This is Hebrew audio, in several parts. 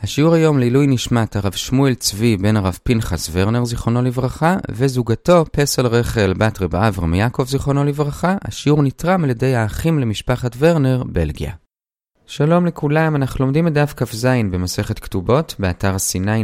השיעור היום לעילוי נשמת הרב שמואל צבי בן הרב פנחס ורנר זיכרונו לברכה וזוגתו פסל רחל בת רב אברהם יעקב זיכרונו לברכה. השיעור נתרם על ידי האחים למשפחת ורנר, בלגיה. שלום לכולם, אנחנו לומדים את דף כ"ז במסכת כתובות באתר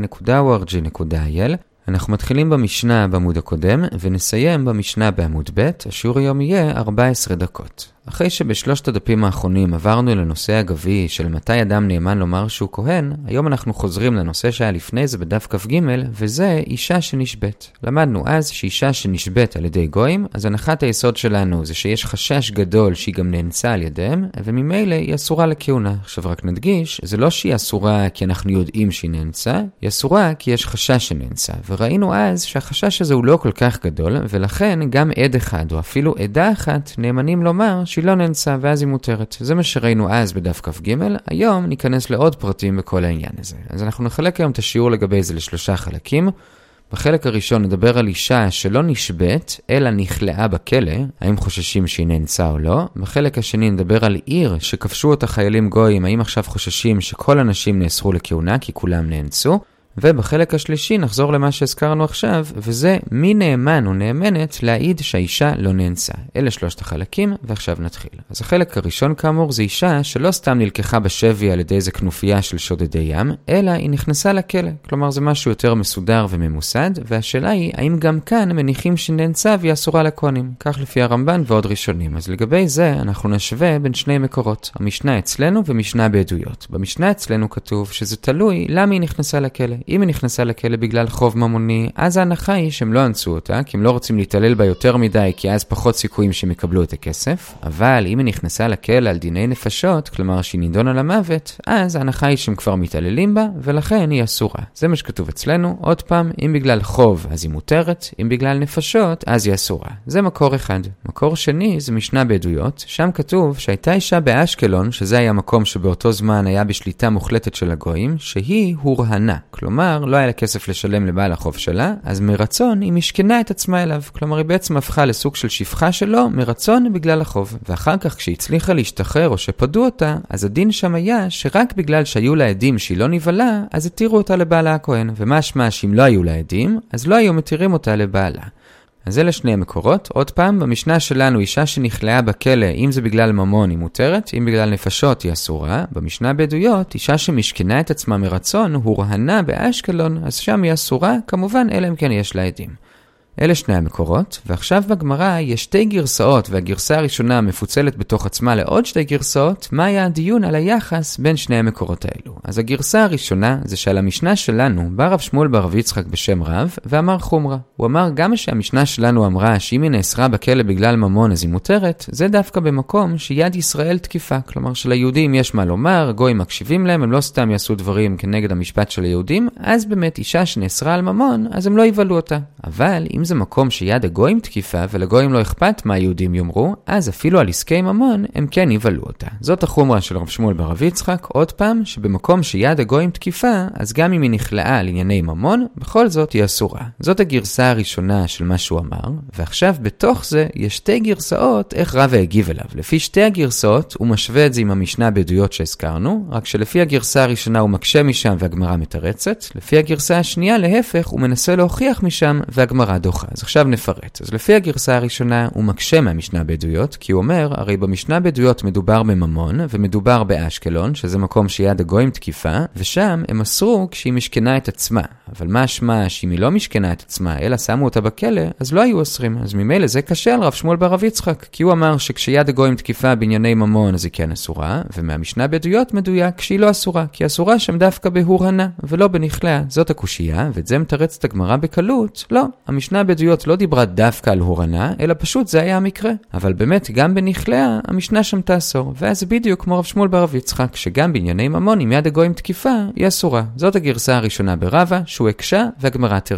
sinai.org.il. אנחנו מתחילים במשנה בעמוד הקודם ונסיים במשנה בעמוד ב'. השיעור היום יהיה 14 דקות. אחרי שבשלושת הדפים האחרונים עברנו לנושא הגבי של מתי אדם נאמן לומר שהוא כהן, היום אנחנו חוזרים לנושא שהיה לפני זה בדף כ"ג, וזה אישה שנשבט. למדנו אז שאישה שנשבט על ידי גויים, אז הנחת היסוד שלנו זה שיש חשש גדול שהיא גם נאנסה על ידיהם, וממילא היא אסורה לכהונה. עכשיו רק נדגיש, זה לא שהיא אסורה כי אנחנו יודעים שהיא נאנסה, היא אסורה כי יש חשש שנאנסה. וראינו אז שהחשש הזה הוא לא כל כך גדול, ולכן גם עד אחד או אפילו עדה אחת נאמנים לומר שהיא לא נאנסה ואז היא מותרת. זה מה שראינו אז בדף כ"ג. היום ניכנס לעוד פרטים בכל העניין הזה. אז אנחנו נחלק היום את השיעור לגבי זה לשלושה חלקים. בחלק הראשון נדבר על אישה שלא נשבט, אלא נכלאה בכלא, האם חוששים שהיא נאנסה או לא. בחלק השני נדבר על עיר שכבשו אותה חיילים גויים, האם עכשיו חוששים שכל הנשים נאסרו לכהונה כי כולם נאנסו. ובחלק השלישי נחזור למה שהזכרנו עכשיו, וזה מי נאמן או נאמנת להעיד שהאישה לא נאנסה. אלה שלושת החלקים, ועכשיו נתחיל. אז החלק הראשון כאמור זה אישה שלא סתם נלקחה בשבי על ידי איזה כנופיה של שודדי ים, אלא היא נכנסה לכלא. כלומר זה משהו יותר מסודר וממוסד, והשאלה היא האם גם כאן מניחים שנאנסה והיא אסורה לכהנים. כך לפי הרמב"ן ועוד ראשונים. אז לגבי זה אנחנו נשווה בין שני מקורות. המשנה אצלנו ומשנה בעדויות. במשנה אצלנו כתוב שזה תלוי למה היא נכנסה לכלא. אם היא נכנסה לכלא בגלל חוב ממוני, אז ההנחה היא שהם לא אנסו אותה, כי הם לא רוצים להתעלל בה יותר מדי, כי אז פחות סיכויים שהם יקבלו את הכסף. אבל אם היא נכנסה לכלא על דיני נפשות, כלומר שהיא נידונה למוות, אז ההנחה היא שהם כבר מתעללים בה, ולכן היא אסורה. זה מה שכתוב אצלנו. עוד פעם, אם בגלל חוב, אז היא מותרת, אם בגלל נפשות, אז היא אסורה. זה מקור אחד. מקור שני זה משנה בעדויות, שם כתוב שהייתה אישה באשקלון, שזה היה מקום שבאותו זמן היה בשליטה מוחלטת של הגויים, שהיא הורהנה. כלומר, לא היה לה כסף לשלם לבעל החוב שלה, אז מרצון היא משכנה את עצמה אליו. כלומר, היא בעצם הפכה לסוג של שפחה שלו, מרצון בגלל החוב. ואחר כך, כשהיא הצליחה להשתחרר או שפדו אותה, אז הדין שם היה שרק בגלל שהיו לה עדים שהיא לא נבלה, אז התירו אותה לבעלה הכהן. ומשמע שאם לא היו לה עדים, אז לא היו מתירים אותה לבעלה. אז אלה שני המקורות. עוד פעם, במשנה שלנו אישה שנכלאה בכלא, אם זה בגלל ממון היא מותרת, אם בגלל נפשות היא אסורה. במשנה בעדויות, אישה שמשכנה את עצמה מרצון, הורהנה באשקלון, אז שם היא אסורה, כמובן אלא אם כן יש לה עדים. אלה שני המקורות, ועכשיו בגמרא יש שתי גרסאות, והגרסה הראשונה מפוצלת בתוך עצמה לעוד שתי גרסאות. מה היה הדיון על היחס בין שני המקורות האלו? אז הגרסה הראשונה זה שעל המשנה שלנו בא רב שמואל בר רב יצחק בשם רב ואמר חומרה. הוא אמר גם שהמשנה שלנו אמרה שאם היא נאסרה בכלא בגלל ממון אז היא מותרת, זה דווקא במקום שיד ישראל תקיפה. כלומר שליהודים יש מה לומר, גויים מקשיבים להם, הם לא סתם יעשו דברים כנגד המשפט של היהודים, אז באמת אישה שנאסרה על ממון אז הם לא יבלו אותה. אבל אם זה מקום שיד הגויים תקיפה ולגויים לא אכפת מה היהודים יאמרו, אז אפילו על עסקי ממון הם כן יבלו אותה. זאת החומרה של רב שמואל בר רב יצחק. עוד פעם, שבמקום שיד הגויים תקיפה, אז גם אם היא נכלאה על ענייני ממון, בכל זאת היא אסורה. זאת הגרסה הראשונה של מה שהוא אמר, ועכשיו בתוך זה יש שתי גרסאות איך רב הגיב אליו. לפי שתי הגרסאות הוא משווה את זה עם המשנה בעדויות שהזכרנו, רק שלפי הגרסה הראשונה הוא מקשה משם והגמרא מתרצת, לפי הגרסה השנייה להפך הוא מנסה להוכיח משם והגמרא דוחה. אז עכשיו נפרט. אז לפי הגרסה הראשונה הוא מקשה מהמשנה בעדויות, כי הוא אומר, הרי במשנה בעדויות מדובר בממון ומדובר באשקלון, שזה מקום שיד הגויים תקיפה, ושם הם אסרו כשהיא משכנה את עצמה. אבל מה השמע שאם היא לא משכנה את עצמה, אלא שמו אותה בכלא, אז לא היו אסרים. אז ממילא זה קשה על רב שמואל בר רב יצחק, כי הוא אמר שכשיד הגויים תקיפה בענייני ממון אז היא כן אסורה, ומהמשנה בעדויות מדויק כשהיא לא אסורה, כי אסורה שם דווקא בהורהנה ולא בנכלאה. זאת הקושייה, ואת זה מתרצת הגמרא בקלות. לא, המשנה בעדויות לא דיברה דווקא על הורהנה, אלא פשוט זה היה המקרה. אבל באמת גם בנכלאה המשנה שם תאסור, ואז בדיוק כמו רב שמואל בר רב יצחק, שגם בענייני ממון עם יד הגויים תקיפה היא אסורה. זאת הגרסה הראשונה ברבא, שהוא הקשה והגמרא תרצה.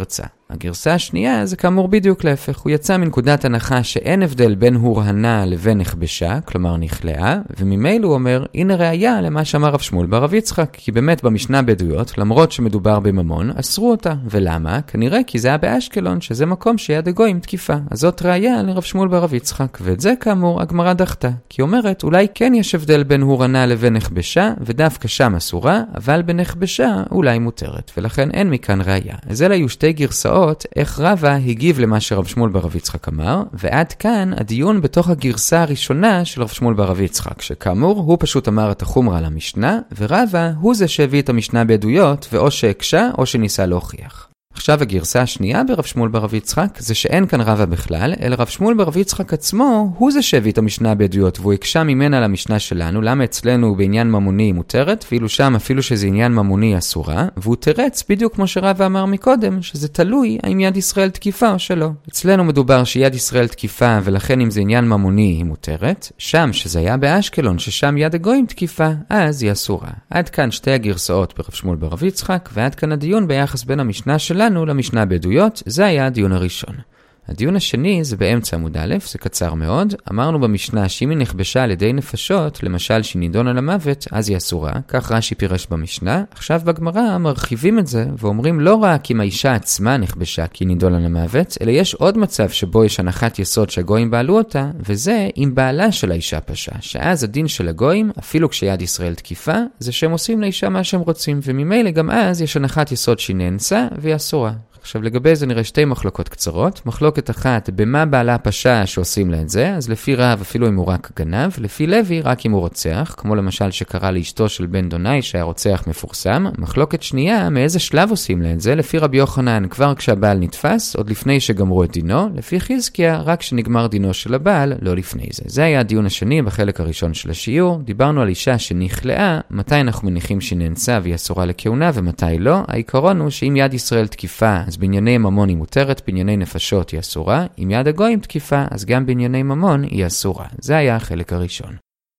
הגרסה השנייה זה כאמור בדיוק להפך, הוא יצא מנקודת הנחה שאין הבדל בין הורהנה לבין נכבשה, כלומר נכלאה, וממילא הוא אומר, הנה ראיה למה שאמר רב שמואל בר רב יצחק, כי באמת במשנה בעדויות, למרות שמדובר בממון, אסרו אותה. ולמה? כנראה כי זה היה באשקלון, שזה מקום שיד הגויים תקיפה. אז זאת ראיה לרב שמואל בר רב יצחק, ואת זה כאמור הגמרא דחתה, כי אומרת, אולי כן יש הבדל בין הורהנה לבין נכבשה, ודווקא שם אסורה, אבל בנכבשה אולי מותרת, ולכן אין מכאן ראיה. אז אלה היו שתי גרסאות, איך רבא הגיב למה שרב שמואל בר רב יצחק אמר, ועד כאן הדיון בתוך הגרסה הראשונה של רב שמואל בר רב יצחק, שכאמור הוא פשוט אמר את החומרה על המשנה, ורבא הוא זה שהביא את המשנה בעדויות, ואו שהקשה או שניסה להוכיח. עכשיו הגרסה השנייה ברב שמואל בר רב יצחק זה שאין כאן רבא בכלל, אלא רב שמואל בר רב יצחק עצמו הוא זה שהביא את המשנה בעדויות, והוא הקשה ממנה למשנה שלנו, למה אצלנו בעניין ממוני היא מותרת, ואילו שם אפילו שזה עניין ממוני אסורה, והוא תרץ בדיוק כמו שרבא אמר מקודם, שזה תלוי האם יד ישראל תקיפה או שלא. אצלנו מדובר שיד ישראל תקיפה, ולכן אם זה עניין ממוני היא מותרת, שם שזה היה באשקלון, ששם יד הגויים תקיפה, אז היא אסורה. עד כאן שתי הגרסאות ברב שמואל בר רב יצחק, ועד כאן הדיון ביחס בין המשנה שלנו למשנה בעדויות, זה היה הדיון הראשון. הדיון השני זה באמצע עמוד א', זה קצר מאוד. אמרנו במשנה שאם היא נכבשה על ידי נפשות, למשל שהיא נידונה למוות, אז היא אסורה, כך רש"י פירש במשנה. עכשיו בגמרא מרחיבים את זה ואומרים לא רק אם האישה עצמה נכבשה כי היא נידונה למוות, אלא יש עוד מצב שבו יש הנחת יסוד שהגויים בעלו אותה, וזה אם בעלה של האישה פשע, שאז הדין של הגויים, אפילו כשיד ישראל תקיפה, זה שהם עושים לאישה מה שהם רוצים, וממילא גם אז יש הנחת יסוד שהיא נאנסה והיא אסורה. עכשיו לגבי זה נראה שתי מחלוקות קצרות. מחלוקת אחת, במה בעלה פשע שעושים לה את זה, אז לפי רב אפילו אם הוא רק גנב, לפי לוי רק אם הוא רוצח, כמו למשל שקרה לאשתו של בן דונאי שהיה רוצח מפורסם. מחלוקת שנייה, מאיזה שלב עושים לה את זה, לפי רבי יוחנן כבר כשהבעל נתפס, עוד לפני שגמרו את דינו, לפי חזקיה רק שנגמר דינו של הבעל, לא לפני זה. זה היה הדיון השני בחלק הראשון של השיעור. דיברנו על אישה שנכלאה, מתי אנחנו מניחים שהיא נאנסה והיא אסורה לכהונה ומתי לא. העיקרון הוא שאם יד ישראל תקיפה, אז בענייני ממון היא מותרת, בענייני נפשות היא אסורה. אם יד הגויים תקיפה, אז גם בענייני ממון היא אסורה. זה היה החלק הראשון.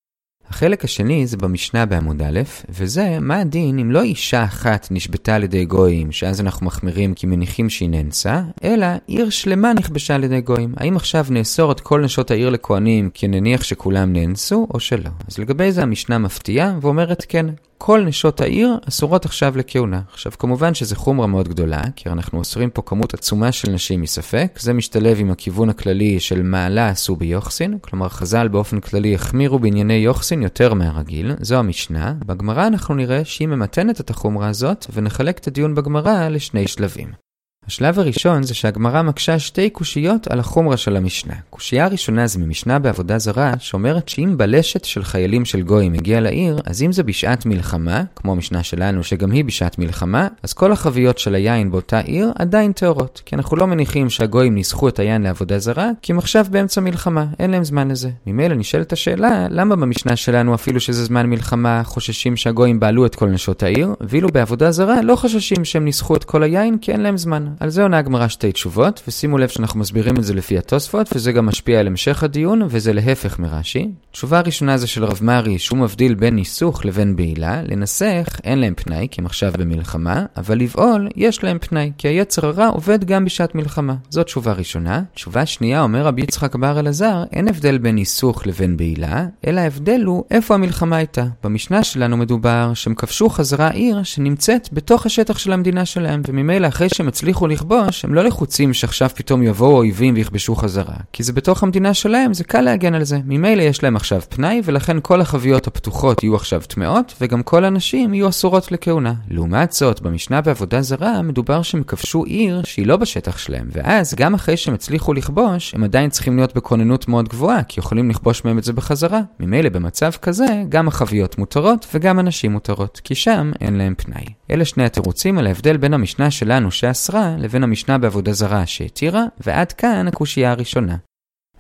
החלק השני זה במשנה בעמוד א', וזה מה הדין אם לא אישה אחת נשבתה על ידי גויים, שאז אנחנו מחמירים כי מניחים שהיא נאנסה, אלא עיר שלמה נכבשה על ידי גויים. האם עכשיו נאסור את כל נשות העיר לכהנים כי נניח שכולם נאנסו או שלא? אז לגבי זה המשנה מפתיעה ואומרת כן. כל נשות העיר אסורות עכשיו לכהונה. עכשיו כמובן שזה חומרה מאוד גדולה, כי אנחנו אוסרים פה כמות עצומה של נשים מספק. זה משתלב עם הכיוון הכללי של מעלה עשו ביוחסין, כלומר חז"ל באופן כללי החמירו בענייני יוחסין יותר מהרגיל. זו המשנה. בגמרא אנחנו נראה שהיא ממתנת את החומרה הזאת, ונחלק את הדיון בגמרא לשני שלבים. השלב הראשון זה שהגמרא מקשה שתי קושיות על החומרה של המשנה. קושייה הראשונה זה ממשנה בעבודה זרה, שאומרת שאם בלשת של חיילים של גויים הגיע לעיר, אז אם זה בשעת מלחמה, כמו המשנה שלנו שגם היא בשעת מלחמה, אז כל החביות של היין באותה עיר עדיין טהורות. כי אנחנו לא מניחים שהגויים ניסחו את היין לעבודה זרה, כי הם עכשיו באמצע מלחמה, אין להם זמן לזה. ממילא נשאלת השאלה, למה במשנה שלנו אפילו שזה זמן מלחמה חוששים שהגויים בעלו את כל נשות העיר, ואילו בעבודה זרה לא חוששים שהם ניסחו את כל היין כי אין להם זמן. על זה עונה הגמרא שתי תשובות, ושימו לב שאנחנו מסבירים את זה לפי התוספות, וזה גם משפיע על המשך הדיון, וזה להפך מרש"י. תשובה הראשונה זה של רב מרי, שהוא מבדיל בין ניסוך לבין בעילה. לנסח אין להם פנאי, כי הם עכשיו במלחמה, אבל לבעול יש להם פנאי, כי היצר הרע עובד גם בשעת מלחמה. זאת תשובה ראשונה. תשובה שנייה, אומר רבי יצחק בר אלעזר, אין הבדל בין ניסוך לבין בעילה, אלא ההבדל הוא איפה המלחמה הייתה. במשנה שלנו מדובר שהם כבשו חזרה עיר שנמצאת בתוך השטח של המדינה שלהם, וממילא אחרי שהם הצליחו לכבוש, הם לא לחוצים שעכשיו פתאום יבואו אויבים ויכבשו חזרה. כי זה בתוך המדינה שלהם, זה קל להגן על זה. ממילא יש להם עכשיו פנאי, ולכן כל החביות הפתוחות יהיו עכשיו טמאות, וגם כל הנשים יהיו אסורות לכהונה. לעומת זאת, במשנה בעבודה זרה, מדובר שהם כבשו עיר שהיא לא בשטח שלהם, ואז גם אחרי שהם הצליחו לכבוש, הם עדיין צריכים להיות בכוננות מאוד גבוהה, כי יכולים לכבוש מהם את זה בחזרה. ממילא במצב כזה, גם החביות מותרות וגם הנשים מותרות, כי שם אין להם פנאי. אלה שני התירוצים על ההבדל בין המשנה שלנו שאסרה לבין המשנה בעבודה זרה שהתירה, ועד כאן הקושייה הראשונה.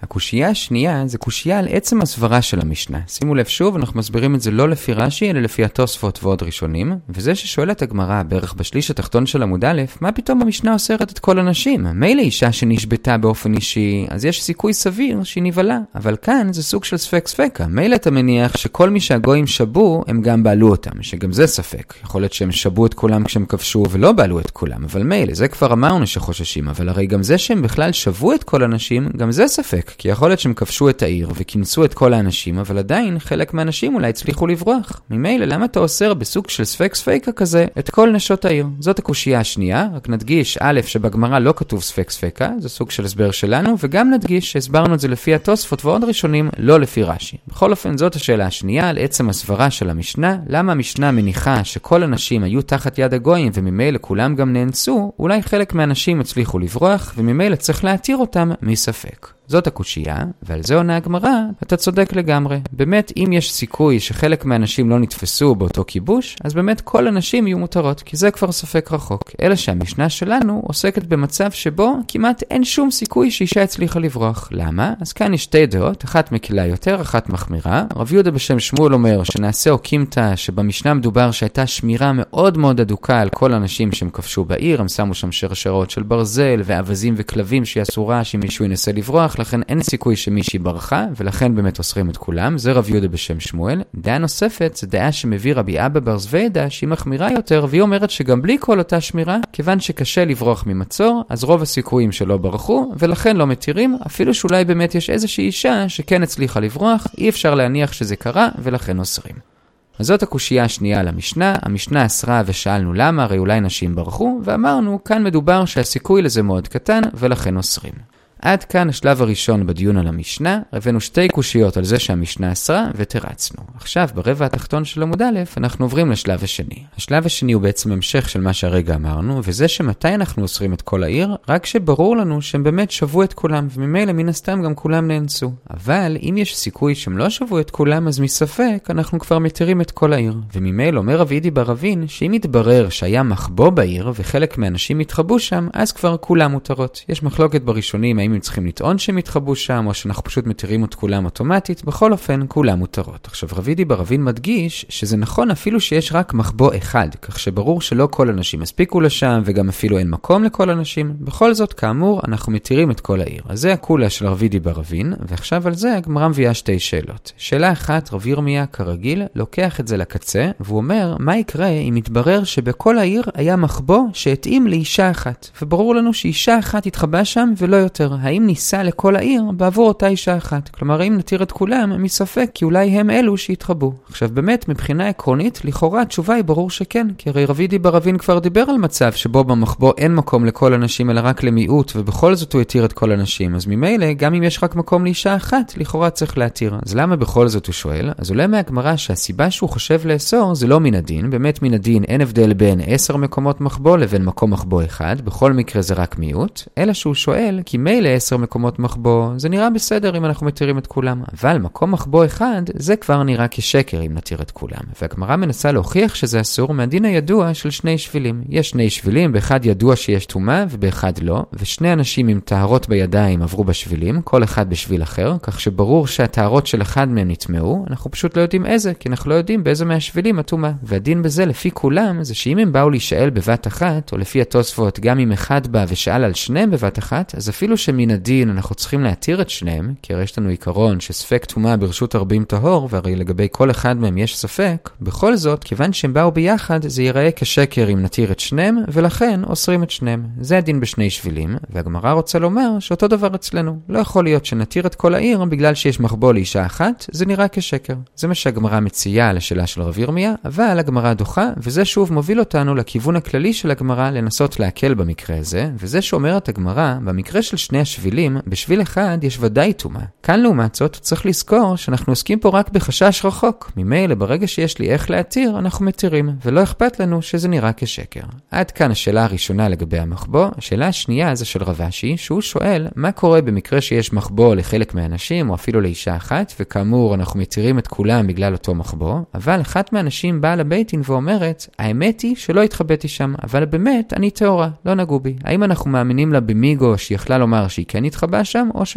הקושייה השנייה זה קושייה על עצם הסברה של המשנה. שימו לב שוב, אנחנו מסבירים את זה לא לפי רש"י, אלא לפי התוספות ועוד ראשונים, וזה ששואלת הגמרא בערך בשליש התחתון של עמוד א', מה פתאום המשנה אוסרת את כל הנשים? מילא אישה שנשבתה באופן אישי, אז יש סיכוי סביר שהיא נבלה, אבל כאן זה סוג של ספק ספקה. מילא אתה מניח שכל מי שהגויים שבו, הם גם בעלו אותם, שגם זה ספק. יכול להיות שהם שבו את כולם כשהם כבשו ולא בעלו את כולם, אבל מילא, זה כבר אמרנו שחוששים, אבל הרי גם זה שהם בכלל שבו את כל הנשים, גם זה ספק, כי יכול להיות שהם כבשו את העיר וכינסו את כל האנשים, אבל עדיין חלק מהאנשים אולי הצליחו לברוח. ממילא, למה אתה אוסר בסוג של ספק ספקה כזה את כל נשות העיר? זאת הקושייה השנייה, רק נדגיש א' שבגמרא לא כתוב ספק ספקה, זה סוג של הסבר שלנו, וגם נדגיש שהסברנו את זה לפי התוספות ועוד ראשונים, לא לפי רש"י. בכל אופן, זאת השאלה השנייה על עצם הסברה של המשנה, למה המשנה מניחה שכל הנשים היו תחת יד הגויים וממילא כולם גם נאנסו, אולי חלק מהאנשים הצליחו לברוח וממילא צריך להתיר אותם מספק. זאת הקושייה, ועל זה עונה הגמרא, אתה צודק לגמרי. באמת, אם יש סיכוי שחלק מהאנשים לא נתפסו באותו כיבוש, אז באמת כל הנשים יהיו מותרות, כי זה כבר ספק רחוק. אלא שהמשנה שלנו עוסקת במצב שבו כמעט אין שום סיכוי שאישה הצליחה לברוח. למה? אז כאן יש שתי דעות, אחת מקלה יותר, אחת מחמירה. רב יהודה בשם שמואל אומר שנעשה אוקימתא, שבמשנה מדובר שהייתה שמירה מאוד מאוד אדוקה על כל האנשים שהם כבשו בעיר, הם שמו שם שרשראות של ברזל ואבזים וכלבים שיעשו רעש אם מישהו ינסה לברוח, לכן אין סיכוי שמישהי ברחה, ולכן באמת אוסרים את כולם. זה רב יהודה בשם שמואל. דעה נוספת, זה דעה שמביא רבי אבא בר זווידא, שהיא מחמירה יותר, והיא אומרת שגם בלי כל אותה שמירה, כיוון שקשה לברוח ממצור, אז רוב הסיכויים שלא ברחו, ולכן לא מתירים, אפילו שאולי באמת יש איזושהי אישה שכן הצליחה לברוח, אי אפשר להניח שזה קרה, ולכן אוסרים. אז זאת הקושייה השנייה על המשנה. המשנה אסרה ושאלנו למה, הרי אולי נשים ברחו, ואמרנו, כאן מדובר שהסיכוי לזה מאוד קטן, ולכן אוסרים. עד כאן השלב הראשון בדיון על המשנה, הבאנו שתי קושיות על זה שהמשנה אסרה ותרצנו. עכשיו ברבע התחתון של עמוד א' אנחנו עוברים לשלב השני. השלב השני הוא בעצם המשך של מה שהרגע אמרנו, וזה שמתי אנחנו אוסרים את כל העיר, רק שברור לנו שהם באמת שבו את כולם, וממילא מן הסתם גם כולם נאנסו. אבל אם יש סיכוי שהם לא שבו את כולם, אז מספק אנחנו כבר מתירים את כל העיר. וממילא אומר רב אידי בר אבין שאם יתברר שהיה מחבוא בעיר וחלק מהאנשים התחבאו שם, אז כבר כולם מותרות. יש מחלוקת בראשונים האם הם צריכים לטעון שהם יתחבאו שם, או שאנחנו פשוט מתירים את כולם אוטומטית. בכל אופן, כולם מותרות. עכשיו, רב אידי בר אבין מדגיש שזה נכון אפילו שיש רק מחבוא אחד, כך שברור שלא כל אנשים הספיקו לשם, וגם אפילו אין מקום לכל אנשים. בכל זאת, כאמור, אנחנו מתירים את כל העיר. אז זה הכולה של רב אידי בר אבין, ועכשיו על זה הגמרא מביאה שתי שאלות. שאלה אחת, רב ירמיה כרגיל לוקח את זה לקצה, והוא אומר, מה יקרה אם יתברר שבכל העיר היה מחבוא שהתאים לאישה אחת? וברור לנו שאישה אחת התחבאה שם ולא יותר. האם ניסה לכל העיר בעבור אותה אישה אחת? כלומר, אם נתיר את כולם, מספק, כי אולי הם אלו שהתחבאו. עכשיו, באמת, מבחינה עקרונית, לכאורה התשובה היא ברור שכן, כי הרי רב אידי בר אבין כבר דיבר על מצב שבו במחבוא אין מקום לכל אנשים, אלא רק למיעוט, ובכל זאת הוא התיר את כל אנשים. אז ממילא, גם אם יש רק מקום לאישה אחת, לכאורה צריך להתיר. אז למה בכל זאת הוא שואל? אז עולה מהגמרא שהסיבה שהוא חושב לאסור זה לא מן הדין. באמת מן הדין אין הבדל בין 10 מקומות מחבוא לבין מקום מחבוא אחד. בכל מקרה זה רק מיעוט. אלא שהוא שואל, כי מילא 10 מקומות מחבוא, זה נראה בסדר אם אנחנו מתירים את כולם. אבל מקום מחבוא אחד, זה כבר נראה כשקר אם נתיר את כולם. והגמרא מנסה להוכיח שזה אסור מהדין הידוע של שני שבילים. יש שני שבילים, באחד ידוע שיש טומאה ובאחד לא, ושני אנשים עם טהרות בידיים עברו בשבילים, כל אחד בשביל אחר, כך שברור שהטהרות של אחד מהם נטמעו, אנחנו פשוט לא יודעים איזה, כי אנחנו לא יודעים באיזה מהשבילים הטומאה. והדין בזה לפי כולם, זה שאם הם באו להישאל בבת אחת, או לפי התוספות, גם אם אחד בא ושאל על שניהם בבת אחת, אז אפילו שמן הדין אנחנו צריכים להתיר את שניהם, כי הרי יש לנו עיקרון שספק טומאה ברשות הרבים טהור, והרי לגבי כל אחד מהם יש ספק, בכל זאת, כיוון שהם באו ביחד, זה ייראה כשקר אם נתיר את שניהם, ולכן אוסרים את שניהם. זה הדין בשני שבילים, והגמרא רוצה לומר שאותו דבר אצלנו. לא יכול להיות שנתיר את כל העיר בגלל שיש מחבוא לאישה אחת, זה נראה כשקר. זה מה שהגמרא מציעה לשאלה של רב ירמיה, אבל הגמרא דוחה, וזה שוב מוביל אותנו לכיוון הכללי של הגמרא לנסות להקל במקרה הזה, וזה שאומרת הגמרא, במקרה של שני השבילים, בשביל אחד יש ודאי טומאה. כאן לעומת זאת צריך לזכור שאנחנו עוסקים פה רק בחשש רחוק. ממילא ברגע שיש לי איך להתיר, אנחנו מתירים, ולא אכפת לנו שזה נראה כשקר. עד כאן השאלה הראשונה לגבי המחבוא. השאלה השנייה זה של רב אשי, שהוא שואל מה קורה במקרה שיש מחבוא לחלק מהאנשים, או אפילו לאישה אחת, וכאמור אנחנו מתירים את כולם בגלל אותו מחבוא, אבל אחת מהאנשים באה לבית דין ואומרת, האמת היא שלא התחבאתי שם, אבל באמת אני טהורה, לא נגעו בי. האם אנחנו מאמינים לה במיגו שיכלה לומר שהיא כן התחבאה שם, או שלא?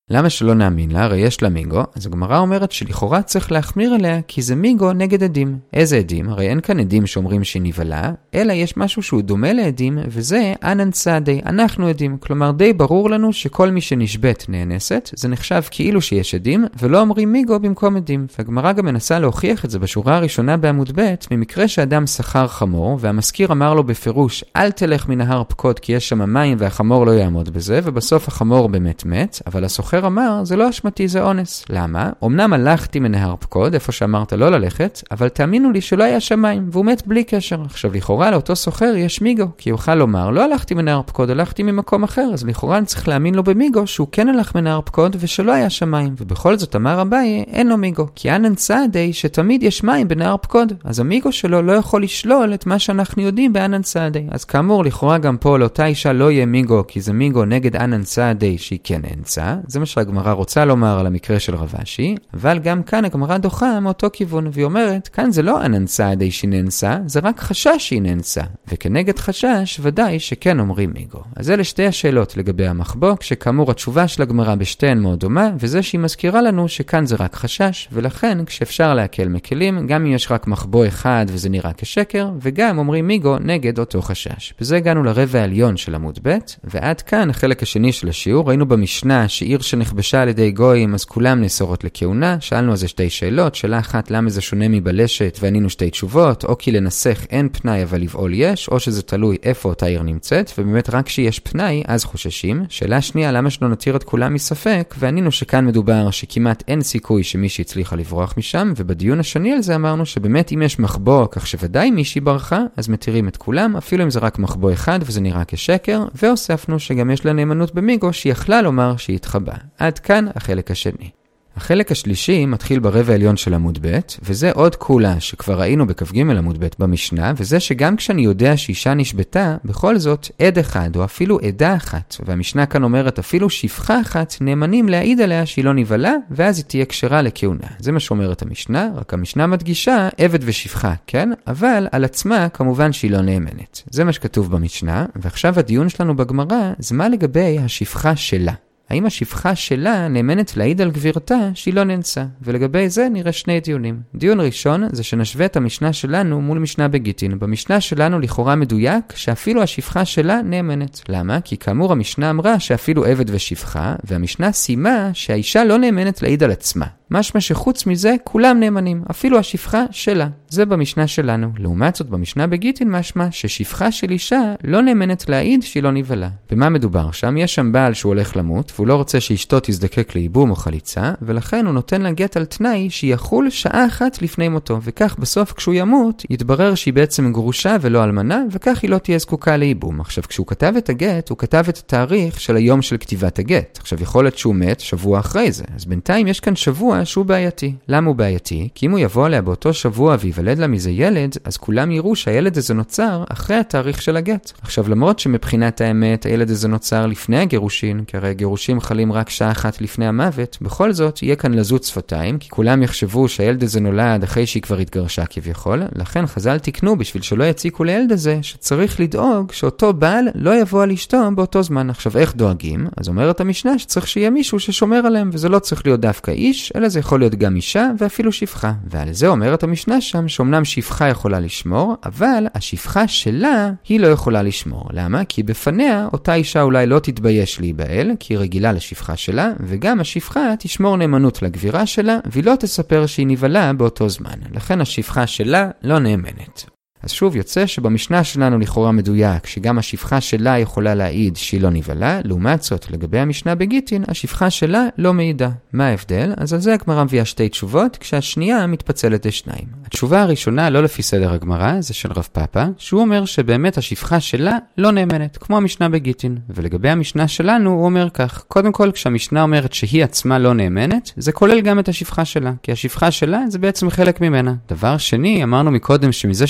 למה שלא נאמין לה? הרי יש לה מיגו. אז הגמרא אומרת שלכאורה צריך להחמיר אליה כי זה מיגו נגד עדים. איזה עדים? הרי אין כאן עדים שאומרים שהיא נבלה, אלא יש משהו שהוא דומה לעדים, וזה אנן צעדי, אנחנו עדים. כלומר די ברור לנו שכל מי שנשבט נאנסת, זה נחשב כאילו שיש עדים, ולא אומרים מיגו במקום עדים. והגמרא גם מנסה להוכיח את זה בשורה הראשונה בעמוד ב', ממקרה שאדם שכר חמור, והמזכיר אמר לו בפירוש, אל תלך מנהר פקוד כי יש שם מים והחמור לא יעמוד בזה, ובסוף החמור באמת מת, אבל הסוחר אמר, זה לא אשמתי, זה אונס. למה? אמנם הלכתי מנהר פקוד, איפה שאמרת לא ללכת, אבל תאמינו לי שלא היה שם מים, והוא מת בלי קשר. עכשיו לכאורה לאותו סוחר יש מיגו, כי יוכל לומר, לא הלכתי מנהר פקוד, הלכתי ממקום אחר, אז לכאורה אני צריך להאמין לו במיגו שהוא כן הלך מנהר פקוד ושלא היה שם מים. ובכל זאת אמר אביי, אין לו מיגו, כי אנן צעדי שתמיד יש מים בנהר פקוד, אז המיגו שלו לא יכול לשלול את מה שאנחנו יודעים באנן צעדי. אז כאמור לכאורה גם פה לאותה אישה לא יהיה מיגו, כי זה מיגו נגד אנן צעדי שהיא כן נאנסה. זה מה שהגמרא רוצה לומר על המקרה של רב אשי, אבל גם כאן הגמרא דוחה מאותו כיוון, והיא אומרת, כאן זה לא אנן צעדי שהיא נאנסה, זה רק חשש שהיא נאנסה, וכנגד חשש ודאי שכן אומרים מיגו. אז אלה שתי השאלות לגבי המחבוא, כשכאמור התשובה של הגמרא בשתיהן מאוד דומה, וזה שהיא מזכירה לנו שכאן זה רק חשש, ולכן כשאפשר להקל מקלים, גם אם יש רק מחבוא אחד וזה נראה כשקר, וגם אומרים מיגו נגד אותו חשש. בזה הגענו לרבע העליון של עמוד ב', ועד כאן החלק השני של השיעור. ראינו במשנה שעיר שנכבשה על ידי גויים אז כולם נאסרות לכהונה. שאלנו על זה שתי שאלות, שאלה אחת למה זה שונה מבלשת וענינו שתי תשובות, או כי לנסח אין פנאי אבל לבעול יש, או שזה תלוי איפה אותה עיר נמצאת, ובאמת רק שיש פנאי אז חוששים. שאלה שנייה למה שלא נתיר את כולם מספק, וענינו שכאן מדובר שכמעט אין סיכוי שמישהי הצליחה לברוח משם, ובדיון השני על זה אמרנו שבאמת אם יש מחבוא כך שוודאי מישהי ברחה אז מתירים את כולם, אפילו אם זה רק מחבוא אחד וזה נראה כשקר, והוספנו שגם יש לה נאמנות במיגו שהיא יכלה לומר שהיא התחבא. עד כאן החלק השני. החלק השלישי מתחיל ברבע העליון של עמוד ב', וזה עוד קולה שכבר ראינו בכ"ג עמוד ב' במשנה, וזה שגם כשאני יודע שאישה נשבתה, בכל זאת עד אחד או אפילו עדה אחת, והמשנה כאן אומרת אפילו שפחה אחת, נאמנים להעיד עליה שהיא לא נבלה, ואז היא תהיה כשרה לכהונה. זה מה שאומרת המשנה, רק המשנה מדגישה עבד ושפחה, כן? אבל על עצמה כמובן שהיא לא נאמנת. זה מה שכתוב במשנה, ועכשיו הדיון שלנו בגמרא, זה מה לגבי השפחה שלה. האם השפחה שלה נאמנת להעיד על גבירתה שהיא לא נאנסה? ולגבי זה נראה שני דיונים. דיון ראשון זה שנשווה את המשנה שלנו מול משנה בגיטין. במשנה שלנו לכאורה מדויק שאפילו השפחה שלה נאמנת. למה? כי כאמור המשנה אמרה שאפילו עבד ושפחה, והמשנה סיימה שהאישה לא נאמנת להעיד על עצמה. משמע שחוץ מזה כולם נאמנים, אפילו השפחה שלה. זה במשנה שלנו. לעומת זאת במשנה בגיטין משמע ששפחה של אישה לא נאמנת להעיד שהיא לא נבלה. במה מדובר? שם יש שם בעל שהוא הולך למות, והוא לא רוצה שאשתו תזדקק לייבום או חליצה, ולכן הוא נותן לה גט על תנאי שיחול שעה אחת לפני מותו, וכך בסוף כשהוא ימות יתברר שהיא בעצם גרושה ולא אלמנה, וכך היא לא תהיה זקוקה לייבום. עכשיו כשהוא כתב את הגט, הוא כתב את התאריך של היום של כתיבת הגט. עכשיו יכול להיות שהוא מת שבוע אחרי זה, אז בינתיים יש כאן שבוע שהוא בעייתי. למה הוא בעייתי? כי אם הוא יבוא עליה באותו שבוע ויוולד לה מזה ילד, אז כולם יראו שהילד הזה נוצר אחרי התאריך של הגט. עכשיו למרות שמבחינת האמת הילד הזה נוצר לפני הגירושין, כי הרי הגירושים חלים רק שעה אחת לפני המוות, בכל זאת יהיה כאן לזות שפתיים, כי כולם יחשבו שהילד הזה נולד אחרי שהיא כבר התגרשה כביכול. לכן חז"ל תיקנו בשביל שלא יציקו לילד הזה שצריך לדאוג שאותו בעל לא יבוא על אשתו באותו זמן. עכשיו איך דואגים? אז אומרת המשנה שצריך שיהיה מישהו ששומר עליהם, וזה לא צריך להיות דווקא איש, אלא זה יכול להיות גם אישה ואפילו שפחה. ועל זה אומרת המשנה שם שאומנם שפחה יכולה לשמור, אבל השפחה שלה היא לא יכולה לשמור. למה? כי בפניה אותה אישה אולי לא תתבייש להיבעל, כי היא רגילה לשפחה שלה, וגם השפחה תשמור נאמנות לגבירה שלה, והיא לא תספר שהיא נבלה באותו זמן. לכן השפחה שלה לא נאמנת. אז שוב יוצא שבמשנה שלנו לכאורה מדויק שגם השפחה שלה יכולה להעיד שהיא לא נבלה, לעומת זאת לגבי המשנה בגיטין השפחה שלה לא מעידה. מה ההבדל? אז על זה הגמרא מביאה שתי תשובות, כשהשנייה מתפצלת לשניים. התשובה הראשונה לא לפי סדר הגמרא, זה של רב פאפה, שהוא אומר שבאמת השפחה שלה לא נאמנת, כמו המשנה בגיטין. ולגבי המשנה שלנו הוא אומר כך, קודם כל כשהמשנה אומרת שהיא עצמה לא נאמנת, זה כולל גם את השפחה שלה, כי השפחה שלה זה בעצם חלק ממנה. דבר שני, אמרנו מקודם שמזה שהמשנה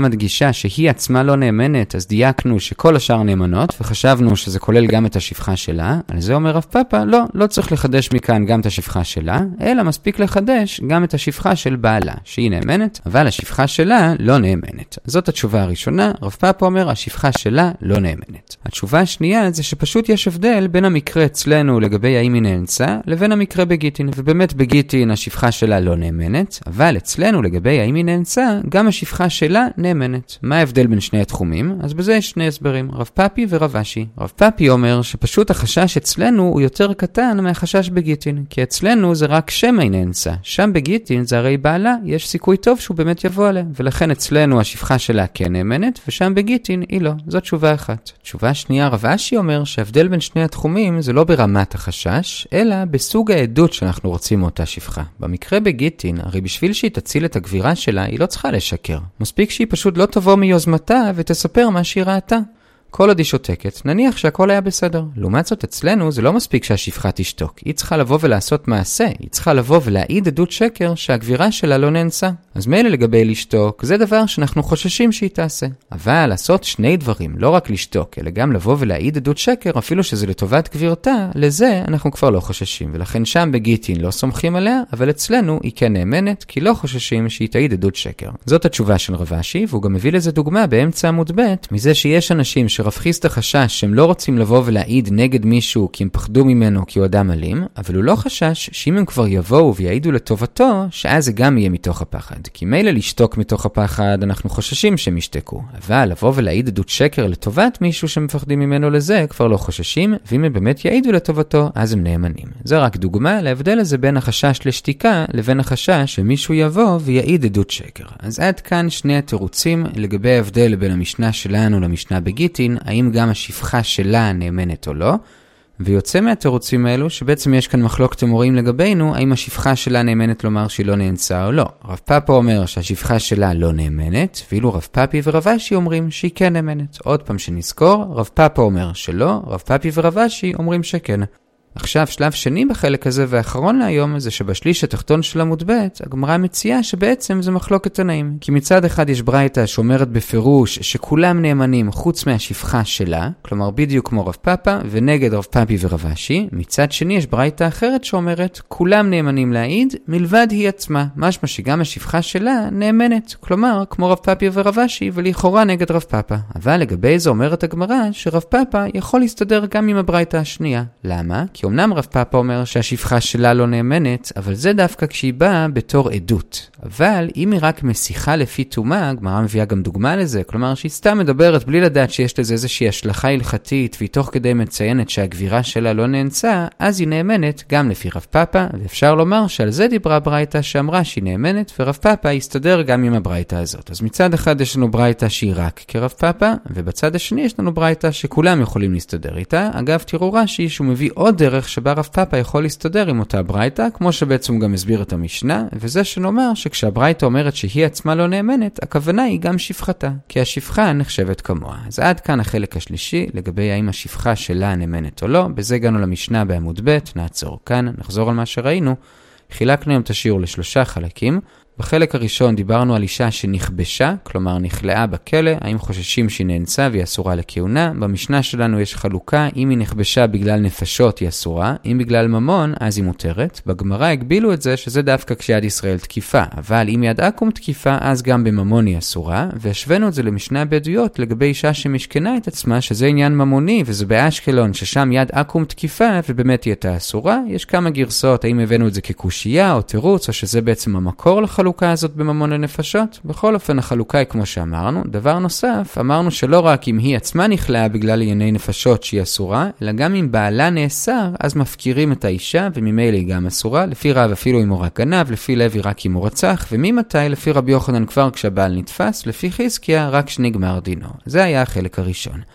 מדגישה שהיא עצמה לא נאמנת, אז דייקנו שכל השאר נאמנות, וחשבנו שזה כולל גם את השפחה שלה. על זה אומר רב פאפה, לא צריך לחדש מכאן גם את השפחה שלה, אלא מספיק לחדש גם את השפחה של בעלה, שהיא נאמנת, אבל השפחה שלה לא נאמנת. זאת התשובה הראשונה. רב פאפה אומר, השפחה שלה לא נאמנת. התשובה השנייה זה שפשוט יש הבדל בין המקרה אצלנו לגבי האם היא נאנסה, לבין המקרה בגיטין. ובאמת בגיטין השפחה שלה לא נאמנת, אבל אצלנו לגבי האם היא נאנסה, גם השפחה שלה נאמנת. מה ההבדל בין שני התחומים? אז בזה יש שני הסברים, רב פאפי ורב אשי. רב פאפי אומר שפשוט החשש אצלנו הוא יותר קטן מהחשש בגיטין, כי אצלנו זה רק שמא היא נאנסה. שם בגיטין זה הרי בעלה, יש סיכוי טוב שהוא באמת יבוא עליה, ולכן אצלנו השפחה שלה כן נאמנת, ושם בגיטין היא לא. זאת תשובה אחת. תשובה שנייה, רב אשי אומר שההבדל בין שני התחומים זה לא ברמת החשש, אלא בסוג העדות שאנחנו רוצים מאותה שפחה. במקרה בגיטין, הרי בשביל שהיא תציל את הגבירה שלה, היא לא צריכה לשקר. מספיק שהיא פשוט לא תבוא מיוזמתה ותספר מה שהיא ראתה. כל עוד היא שותקת, נניח שהכל היה בסדר. לעומת זאת אצלנו זה לא מספיק שהשפחה תשתוק. היא צריכה לבוא ולעשות מעשה. היא צריכה לבוא ולהעיד עדות שקר שהגבירה שלה לא נאנסה. אז מילא לגבי לשתוק, זה דבר שאנחנו חוששים שהיא תעשה. אבל לעשות שני דברים, לא רק לשתוק, אלא גם לבוא ולהעיד עדות שקר, אפילו שזה לטובת גבירתה, לזה אנחנו כבר לא חוששים. ולכן שם בגיטין לא סומכים עליה, אבל אצלנו היא כן נאמנת, כי לא חוששים שהיא תעיד עדות שקר. זאת התשובה של רב אשי, והוא גם מביא לזה דוגמה באמצע עמוד ב', מזה שיש אנשים שרב חיסדא חשש שהם לא רוצים לבוא ולהעיד נגד מישהו כי הם פחדו ממנו כי הוא אדם אלים, אבל הוא לא חשש שאם הם כבר יבואו ויעידו לטובתו, שאז זה גם יהיה מתוך הפחד. כי מילא לשתוק מתוך הפחד, אנחנו חוששים שהם ישתקו. אבל לבוא ולהעיד עדות שקר לטובת מישהו שמפחדים ממנו לזה, כבר לא חוששים, ואם הם באמת יעידו לטובתו, אז הם נאמנים. זה רק דוגמה להבדל הזה בין החשש לשתיקה, לבין החשש שמישהו יבוא ויעיד עדות שקר. אז עד כאן שני התירוצים לגבי ההבדל בין המשנה שלנו למשנה בגיטין, האם גם השפחה שלה נאמנת או לא, ויוצא מהתירוצים האלו שבעצם יש כאן מחלוקת אמוראים לגבינו, האם השפחה שלה נאמנת לומר שהיא לא נאנסה או לא. רב פאפה אומר שהשפחה שלה לא נאמנת, ואילו רב פאפי ורב אשי אומרים שהיא כן נאמנת. עוד פעם שנזכור, רב פאפה אומר שלא, רב פאפי ורב אשי אומרים שכן. עכשיו, שלב שני בחלק הזה והאחרון להיום זה שבשליש התחתון של עמוד ב' הגמרא מציעה שבעצם זה מחלוקת תנאים. כי מצד אחד יש ברייתא שאומרת בפירוש שכולם נאמנים חוץ מהשפחה שלה, כלומר בדיוק כמו רב פאפה ונגד רב פאפי ורב אשי. מצד שני יש ברייתא אחרת שאומרת כולם נאמנים להעיד מלבד היא עצמה, משמע שגם השפחה שלה נאמנת, כלומר כמו רב פאפי ורב אשי ולכאורה נגד רב פאפה. אבל לגבי זה אומרת הגמרא שרב פאפה יכול להסתדר גם עם הברייתא השנייה. למה? כי אמנם רב פאפה אומר שהשפחה שלה לא נאמנת, אבל זה דווקא כשהיא באה בתור עדות. אבל אם היא רק משיחה לפי תומה, הגמרא מביאה גם דוגמה לזה, כלומר שהיא סתם מדברת בלי לדעת שיש לזה איזושהי השלכה הלכתית, והיא תוך כדי מציינת שהגבירה שלה לא נאנסה, אז היא נאמנת גם לפי רב פאפה, ואפשר לומר שעל זה דיברה ברייתא שאמרה שהיא נאמנת, ורב פאפה יסתדר גם עם הברייתא הזאת. אז מצד אחד יש לנו ברייתא שהיא רק כרב פאפה, ובצד השני יש לנו ברייתא שכולם יכולים להסתדר איתה. אגב, תראו רש"י שהוא מביא עוד דרך שבה רב פאפה יכול להסתדר עם אותה ברייתא, כמו שבעצם גם הסביר את המשנה, וזה שנאמר שכשהברייתא אומרת שהיא עצמה לא נאמנת, הכוונה היא גם שפחתה, כי השפחה נחשבת כמוה. אז עד כאן החלק השלישי, לגבי האם השפחה שלה נאמנת או לא. בזה הגענו למשנה בעמוד ב', נעצור כאן, נחזור על מה שראינו. חילקנו היום את השיעור לשלושה חלקים. בחלק הראשון דיברנו על אישה שנכבשה, כלומר נכלאה בכלא, האם חוששים שהיא נאנסה והיא אסורה לכהונה. במשנה שלנו יש חלוקה, אם היא נכבשה בגלל נפשות היא אסורה, אם בגלל ממון אז היא מותרת. בגמרא הגבילו את זה שזה דווקא כשיד ישראל תקיפה, אבל אם יד עקום תקיפה אז גם בממון היא אסורה, והשווינו את זה למשנה בעדויות לגבי אישה שמשכנה את עצמה, שזה עניין ממוני, וזה באשקלון ששם יד עקום תקיפה ובאמת היא הייתה אסורה. יש כמה גרסאות, האם הבאנו את זה כקושייה או תירוץ, או שזה בעצם המקור החלוקה הזאת בממון לנפשות. בכל אופן החלוקה היא כמו שאמרנו. דבר נוסף, אמרנו שלא רק אם היא עצמה נכלאה בגלל ענייני נפשות שהיא אסורה, אלא גם אם בעלה נאסר, אז מפקירים את האישה וממילא היא גם אסורה. לפי רב אפילו אם הוא רק גנב, לפי לוי רק אם הוא רצח, וממתי לפי רבי יוחנן כבר כשהבעל נתפס, לפי חזקיה רק שנגמר דינו. זה היה החלק הראשון.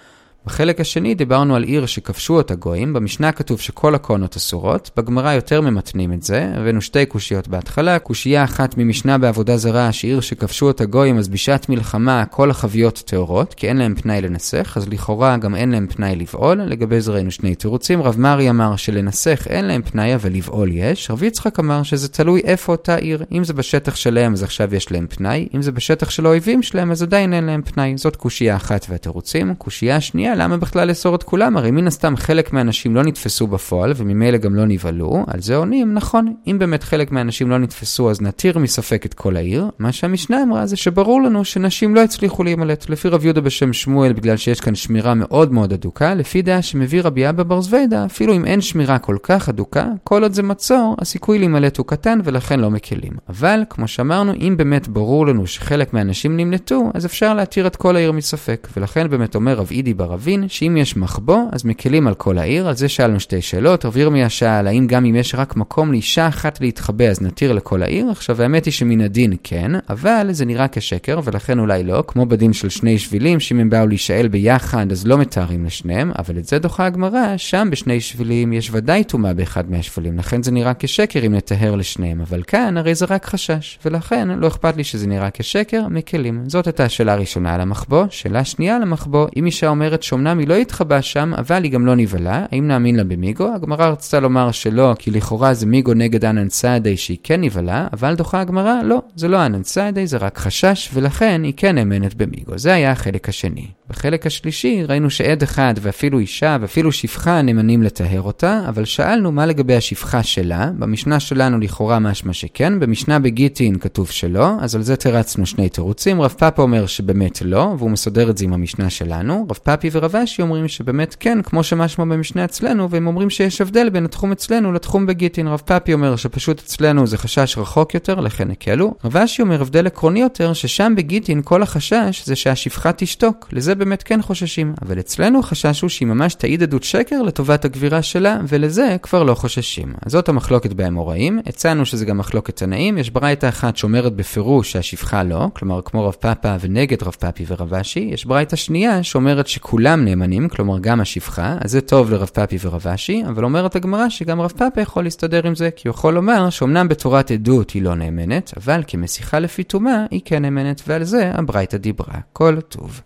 בחלק השני דיברנו על עיר שכבשו אותה גויים, במשנה כתוב שכל הקונות אסורות, בגמרא יותר ממתנים את זה, הבאנו שתי קושיות בהתחלה, קושייה אחת ממשנה בעבודה זרה, שעיר שכבשו אותה גויים, אז בשעת מלחמה כל החביות טהורות, כי אין להם פנאי לנסח, אז לכאורה גם אין להם פנאי לבעול, לגבי זה ראינו שני תירוצים, רב מרי אמר שלנסח אין להם פנאי, אבל לבעול יש, רב יצחק אמר שזה תלוי איפה אותה עיר, אם זה בשטח שלהם אז עכשיו יש להם פנאי, אם זה בשטח של האויבים שלהם אז עדיין אין להם פנאי, זאת קושייה אחת והתירוצים. קושייה שנייה, למה בכלל לאסור את כולם? הרי מן הסתם חלק מהאנשים לא נתפסו בפועל וממילא גם לא נבהלו, על זה עונים, נכון, אם באמת חלק מהאנשים לא נתפסו אז נתיר מספק את כל העיר, מה שהמשנה אמרה זה שברור לנו שנשים לא הצליחו להימלט, לפי רב יהודה בשם שמואל בגלל שיש כאן שמירה מאוד מאוד אדוקה, לפי דעה שמביא רבי אבא בר זווידא, אפילו אם אין שמירה כל כך אדוקה, כל עוד זה מצור, הסיכוי להימלט הוא קטן ולכן לא מקלים. אבל, כמו שאמרנו, אם באמת ברור לנו שחלק מהאנשים נמלטו, אז אפשר להתיר את כל העיר מספק, ולכן באמת אומר רב אידי בר אבין, שאם יש מחבוא, אז מקלים על כל העיר, על זה שאלנו שתי שאלות, רב ירמיה שאל, האם גם אם יש רק מקום לאישה אחת להתחבא, אז נתיר לכל העיר? עכשיו, האמת היא שמן הדין כן, אבל זה נראה כשקר, ולכן אולי לא, כמו בדין של שני שבילים, שאם הם באו להישאל ביחד, אז לא מתארים לשניהם, אבל את זה דוחה הגמרא, שם בשני שבילים יש ודאי טומאה באחד מהשבילים, לכן זה נראה כשקר אם נטהר לשניהם, אבל כאן הרי זה רק חשש, ולכן לא אכפת לי שזה נראה כשקר, מקלים. זאת הייתה השאלה הראשונה על המחבוא. שאלה שנייה על המחבוא, אם אישה אומרת שאומנם היא לא התחבא שם, אבל היא גם לא נבלה, האם נאמין לה במיגו? הגמרא רצתה לומר שלא, כי לכאורה זה מיגו נגד ענן סעדי שהיא כן נבלה, אבל דוחה הגמרא, לא, זה לא ענן סעדי, זה רק חשש, ולכן היא כן נאמנת במיגו. זה היה החלק השני. בחלק השלישי ראינו שעד אחד ואפילו אישה ואפילו שפחה נאמנים לטהר אותה, אבל שאלנו מה לגבי השפחה שלה. במשנה שלנו לכאורה משמע שכן, במשנה בגיטין כתוב שלא, אז על זה תרצנו שני תירוצים. רב פאפה אומר שבאמת לא, והוא מסודר את זה עם המשנה שלנו. רב פאפי ורב אשי אומרים שבאמת כן, כמו שמשמע במשנה אצלנו, והם אומרים שיש הבדל בין התחום אצלנו לתחום בגיטין. רב פאפי אומר שפשוט אצלנו זה חשש רחוק יותר, לכן הקלו. רב אשי אומר הבדל עקרוני יותר, ששם בגיטין כל החשש זה שהשפחה תשתוק. לזה באמת כן חוששים, אבל אצלנו החשש הוא שהיא ממש תעיד עדות שקר לטובת הגבירה שלה, ולזה כבר לא חוששים. אז זאת המחלוקת באמוראים. הצענו שזה גם מחלוקת תנאים. יש ברייתא אחת שאומרת בפירוש שהשפחה לא, כלומר כמו רב פאפה ונגד רב פאפי ורב אשי. יש ברייתא שנייה שאומרת שכולם נאמנים, כלומר גם השפחה, אז זה טוב לרב פאפי ורב אשי, אבל אומרת הגמרא שגם רב פאפה יכול להסתדר עם זה, כי הוא יכול לומר שאומנם בתורת עדות היא לא נאמנת, אבל כמשיחה לפי טומאה היא כן נאמנת, ועל זה הברייתא דיברה. כל טוב.